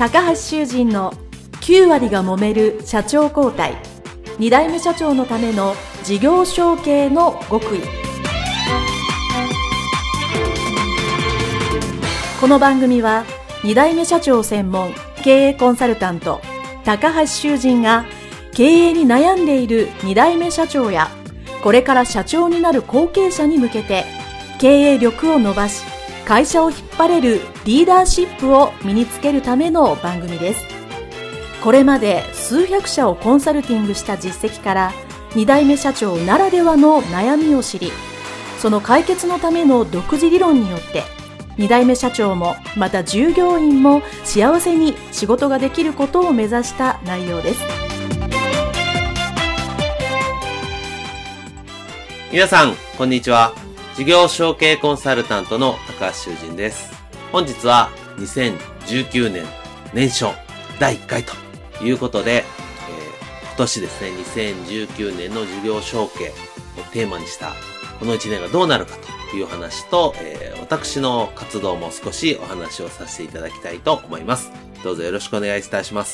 高橋修人の9割が揉める社長交代、2代目社長のための事業承継の極意。この番組は2代目社長専門経営コンサルタント高橋修人が経営に悩んでいる2代目社長やこれから社長になる後継者に向けて経営力を伸ばし会社を引っ張れるリーダーシップを身につけるための番組です。これまで数百社をコンサルティングした実績から2代目社長ならではの悩みを知り、その解決のための独自理論によって2代目社長もまた従業員も幸せに仕事ができることを目指した内容です。 皆さんこんにちは。事業承継コンサルタントの高橋修人です。本日は2019年年初第1回ということで、今年ですね、2019年の事業承継をテーマにしたこの1年がどうなるかという話と、私の活動も少しお話をさせていただきたいと思います。どうぞよろしくお願いいたします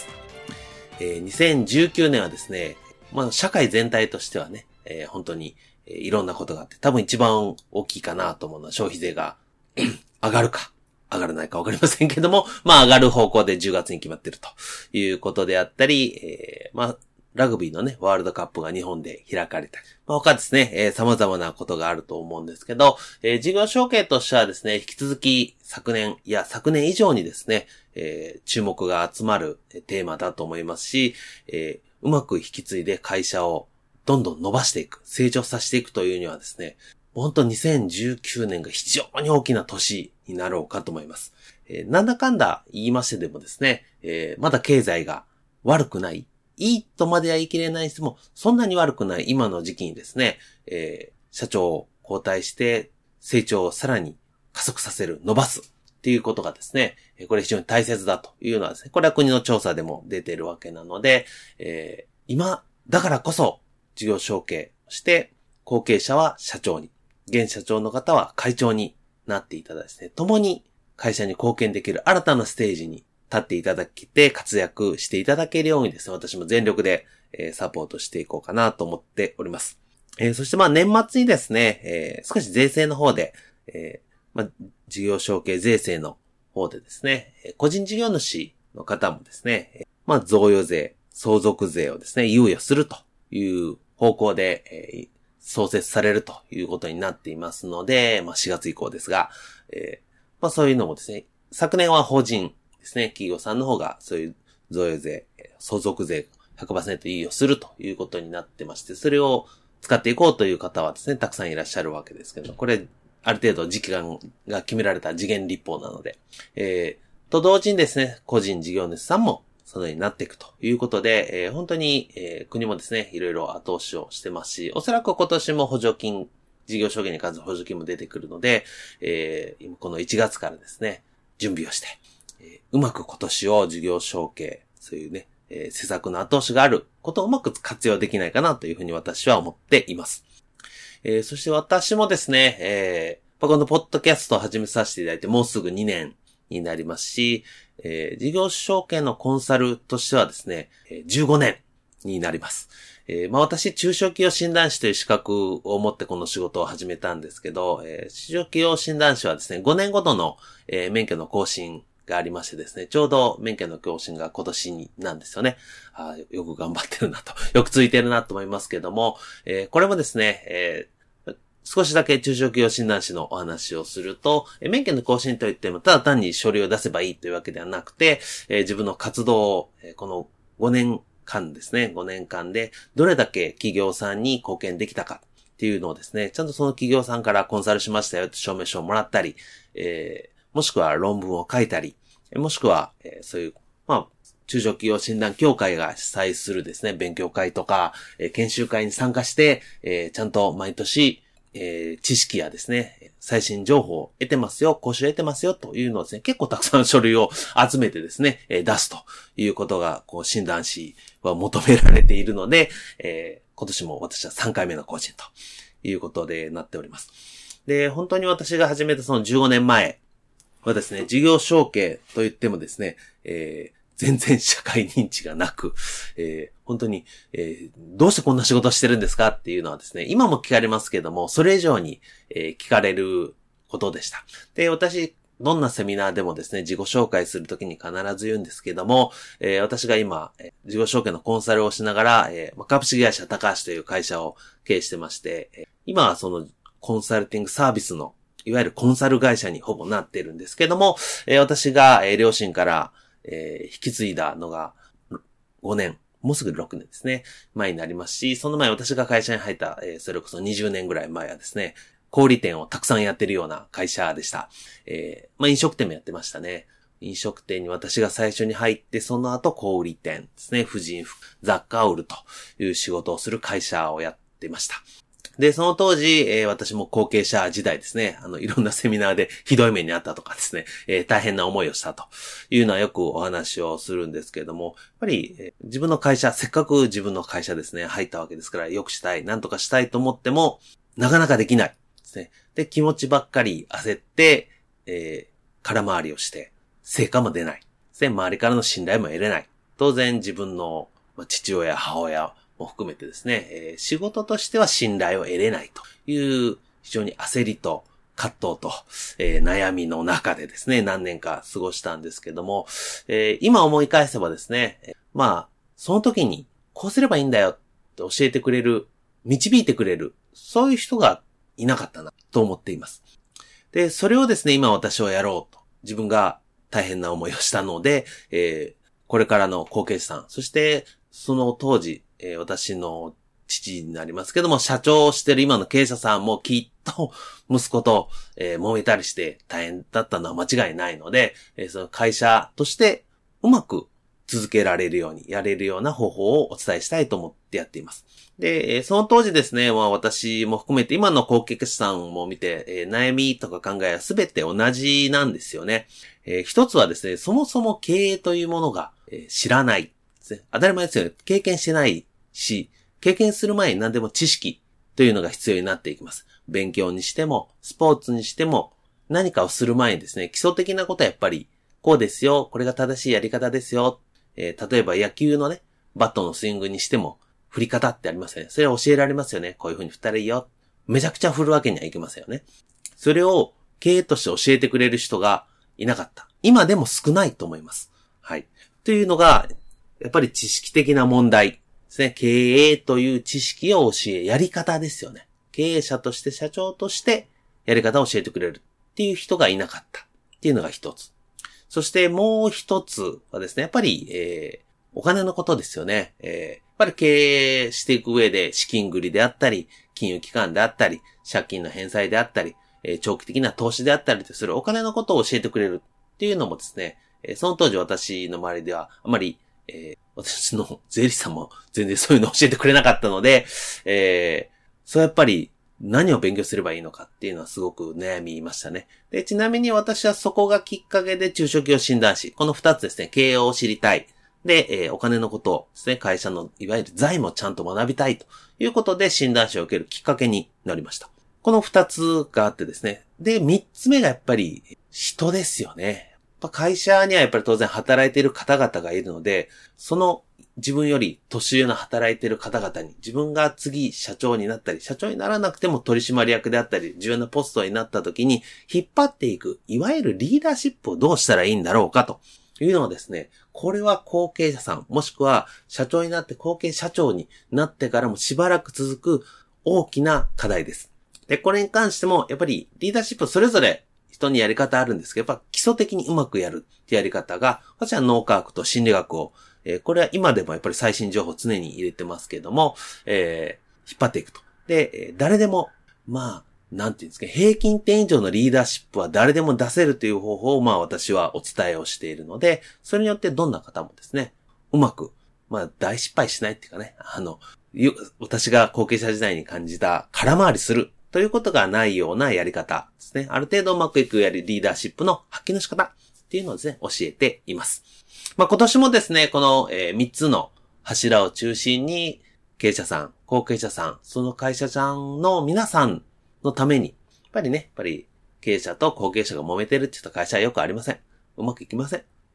。2019年はですね、社会全体としてはね、本当にいろんなことがあって、多分一番大きいかなと思うのは消費税が上がるか上がらないかわかりませんけども、上がる方向で10月に決まっているということであったり、ラグビーのね、ワールドカップが日本で開かれたり、他ですね、様々なことがあると思うんですけど、事業承継としてはですね、引き続き昨年以上にですね、注目が集まるテーマだと思いますし、うまく引き継いで会社をどんどん伸ばしていく、成長させていくというにはですね、本当2019年が非常に大きな年になろうかと思います。なんだかんだ言いましてでもですね、まだ経済が悪くない、いいとまでは言い切れないにしても、そんなに悪くない今の時期にですね、社長を交代して成長をさらに加速させる、伸ばすっていうことがですね、これ非常に大切だというのはですね、これは国の調査でも出ているわけなので、今だからこそ事業承継して、後継者は社長に、現社長の方は会長になっていただいてですね、共に会社に貢献できる新たなステージに立っていただきて活躍していただけるようにですね、私も全力でサポートしていこうかなと思っております。そして年末にですね、少し税制の方で、事業承継税制の方でですね、個人事業主の方もですね、贈与税、相続税をですね、猶予するという方向で、創設されるということになっていますので、4月以降ですが、そういうのもですね、昨年は法人ですね、企業さんの方がそういう贈与税、相続税 100% 猶予するということになってまして、それを使っていこうという方はですね、たくさんいらっしゃるわけですけど、これ、ある程度時間が決められた時限立法なので、と同時にですね、個人事業主さんもそのようになっていくということで、本当に、国もですね、いろいろ後押しをしてますし、おそらく今年も補助金、事業承継に関する補助金も出てくるので、この1月からですね、準備をして、うまく今年を事業承継、そういうね、施策の後押しがあることをうまく活用できないかなというふうに私は思っています。そして私もですね、このポッドキャストを始めさせていただいてもうすぐ2年になりますし、事業承継のコンサルとしてはですね、15年になります。私、中小企業診断士という資格を持ってこの仕事を始めたんですけど、中小企業診断士はですね、5年ごとの、免許の更新がありましてですね、ちょうど免許の更新が今年なんですよね。よく頑張ってるなと、よくついてるなと思いますけども、これもですね、少しだけ中小企業診断士のお話をすると、免許の更新といってもただ単に書類を出せばいいというわけではなくて、自分の活動を、この5年間ですね、5年間でどれだけ企業さんに貢献できたかっていうのをですね、ちゃんとその企業さんからコンサルしましたよって証明書をもらったり、もしくは論文を書いたり、もしくは、そういう、中小企業診断協会が主催するですね、勉強会とか、研修会に参加して、ちゃんと毎年、知識やですね、最新情報を得てますよ、講習得てますよというのをですね、結構たくさん書類を集めてですね、出すということが、診断士は求められているので、今年も私は3回目の更新ということでなっております。で、本当に私が始めたその15年前はですね、事業承継といってもですね、 全然社会認知がなく、本当に、どうしてこんな仕事してるんですかっていうのはですね、今も聞かれますけども、それ以上に、聞かれることでした。で、私、どんなセミナーでもですね、自己紹介するときに必ず言うんですけども、私が今、自己紹介のコンサルをしながら、株式会社高橋という会社を経営してまして、今はそのコンサルティングサービスの、いわゆるコンサル会社にほぼなってるんですけども、私が、両親から、引き継いだのが5年、もうすぐ6年ですね、前になりますし、その前私が会社に入った、それこそ20年ぐらい前はですね、小売店をたくさんやってるような会社でした。飲食店もやってましたね。飲食店に私が最初に入って、その後小売店ですね、婦人服、雑貨を売るという仕事をする会社をやってました。で、その当時、私も後継者時代ですね、いろんなセミナーでひどい目にあったとかですね、大変な思いをしたというのはよくお話をするんですけれども、やっぱり、自分の会社、せっかく自分の会社ですね、入ったわけですから、良くしたい、なんとかしたいと思っても、なかなかできない。で、気持ちばっかり焦って、空回りをして、成果も出ない。周りからの信頼も得れない。当然自分の父親、母親も含めてですね、仕事としては信頼を得れないという非常に焦りと葛藤と、悩みの中でですね、何年か過ごしたんですけども、今思い返せばですね、その時にこうすればいいんだよって教えてくれる、導いてくれる、そういう人がいなかったなと思っています。で、それをですね、今私はやろうと。自分が大変な思いをしたので、これからの後継者さん、そしてその当時、私の父になりますけども、社長をしている今の経営者さんもきっと息子と、揉めたりして大変だったのは間違いないので、その会社としてうまく続けられるように、やれるような方法をお伝えしたいと思ってやっています。で、その当時ですね、私も含めて今の後継者さんも見て、悩みとか考えはすべて同じなんですよね。一つはですね、そもそも経営というものが、知らないですね。当たり前ですよね。経験してないし、経験する前に何でも知識というのが必要になっていきます。勉強にしても、スポーツにしても、何かをする前にですね、基礎的なことはやっぱり、こうですよ、これが正しいやり方ですよ。例えば野球のね、バットのスイングにしても、振り方ってありますよね。それは教えられますよね。こういう風に振ったらいいよ。めちゃくちゃ振るわけにはいきますよね。それを経営として教えてくれる人がいなかった。今でも少ないと思います。はい。というのが、やっぱり知識的な問題ですね。経営という知識を教え、やり方ですよね。経営者として社長としてやり方を教えてくれるっていう人がいなかったっていうのが一つ。そしてもう一つはですね、やっぱり、お金のことですよね。やっぱり経営していく上で資金繰りであったり、金融機関であったり、借金の返済であったり、長期的な投資であったりとするお金のことを教えてくれるっていうのもですね、その当時私の周りではあまり、私の税理士さんも全然そういうのを教えてくれなかったので、そうやっぱり何を勉強すればいいのかっていうのはすごく悩みましたね。で、ちなみに私はそこがきっかけで中小企業診断士、この2つですね、経営を知りたい。で、お金のことをですね、会社のいわゆる財務をちゃんと学びたいということで診断士を受けるきっかけになりました。この2つがあってですね。で、3つ目がやっぱり人ですよね。会社にはやっぱり当然働いている方々がいるので、その自分より年上の働いている方々に自分が次社長になったり、社長にならなくても取締役であったり、重要なポストになった時に引っ張っていく、いわゆるリーダーシップをどうしたらいいんだろうかというのはですね、これは後継者さん、もしくは社長になって後継社長になってからもしばらく続く大きな課題です。で、これに関してもやっぱりリーダーシップそれぞれ人にやり方あるんですけど、やっぱ基礎的にうまくやるってやり方が、私は脳科学と心理学を、これは今でもやっぱり最新情報を常に入れてますけれども、引っ張っていくと。で、誰でも、なんていうんですか、平均点以上のリーダーシップは誰でも出せるという方法を私はお伝えをしているので、それによってどんな方もですね、うまく、大失敗しないっていうかね、私が後継者時代に感じた空回りするということがないようなやり方ですね。ある程度うまくいくリーダーシップの発揮の仕方っていうのをですね、教えています。今年もですね、この3つの柱を中心に経営者さん、後継者さん、その会社さんの皆さんのために、やっぱり経営者と後継者が揉めてるって言った会社はよくありません。うまくいきません。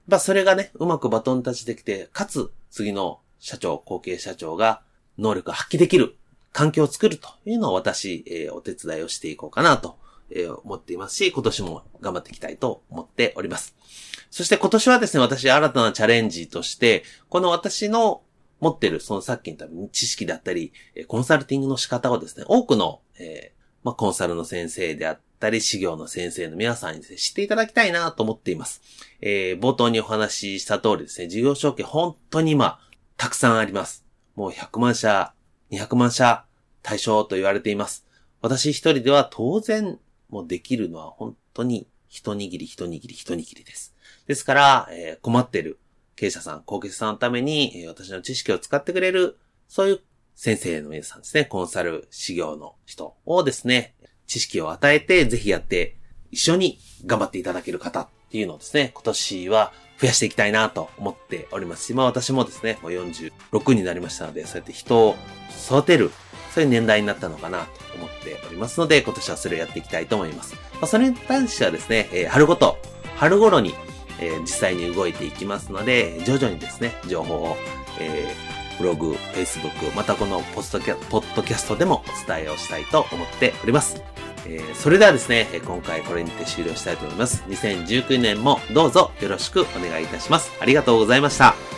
それがね、うまくバトンタッチできて、かつ次の社長、後継社長が能力を発揮できる環境を作るというのを私、お手伝いをしていこうかなと、思っていますし、今年も頑張っていきたいと思っております。そして今年はですね、私新たなチャレンジとして、この私の持ってるそのさっき言った知識だったり、コンサルティングの仕方をですね、多くの、コンサルの先生であったり、事業の先生の皆さんにですね、知っていただきたいなと思っています。冒頭にお話しした通りですね、事業承継本当に今、たくさんあります。もう100万社、200万社対象と言われています。私一人では当然、もうできるのは本当に一握りです。ですから、困っている経営者さん、後継者さんのために、私の知識を使ってくれる、そういう先生の皆さんですね、コンサル、事業の人をですね、知識を与えて、ぜひやって、一緒に頑張っていただける方っていうのをですね、今年は増やしていきたいなと思っておりますし、私もですね、もう46になりましたので、そうやって人を育てる、そういう年代になったのかなと思っておりますので、今年はそれをやっていきたいと思います。それに関してはですね、春頃に、実際に動いていきますので、徐々にですね、情報を、ブログ、Facebook、またこのポッドキャストでもお伝えをしたいと思っております。それではですね、今回これにて終了したいと思います。2019年もどうぞよろしくお願いいたします。ありがとうございました。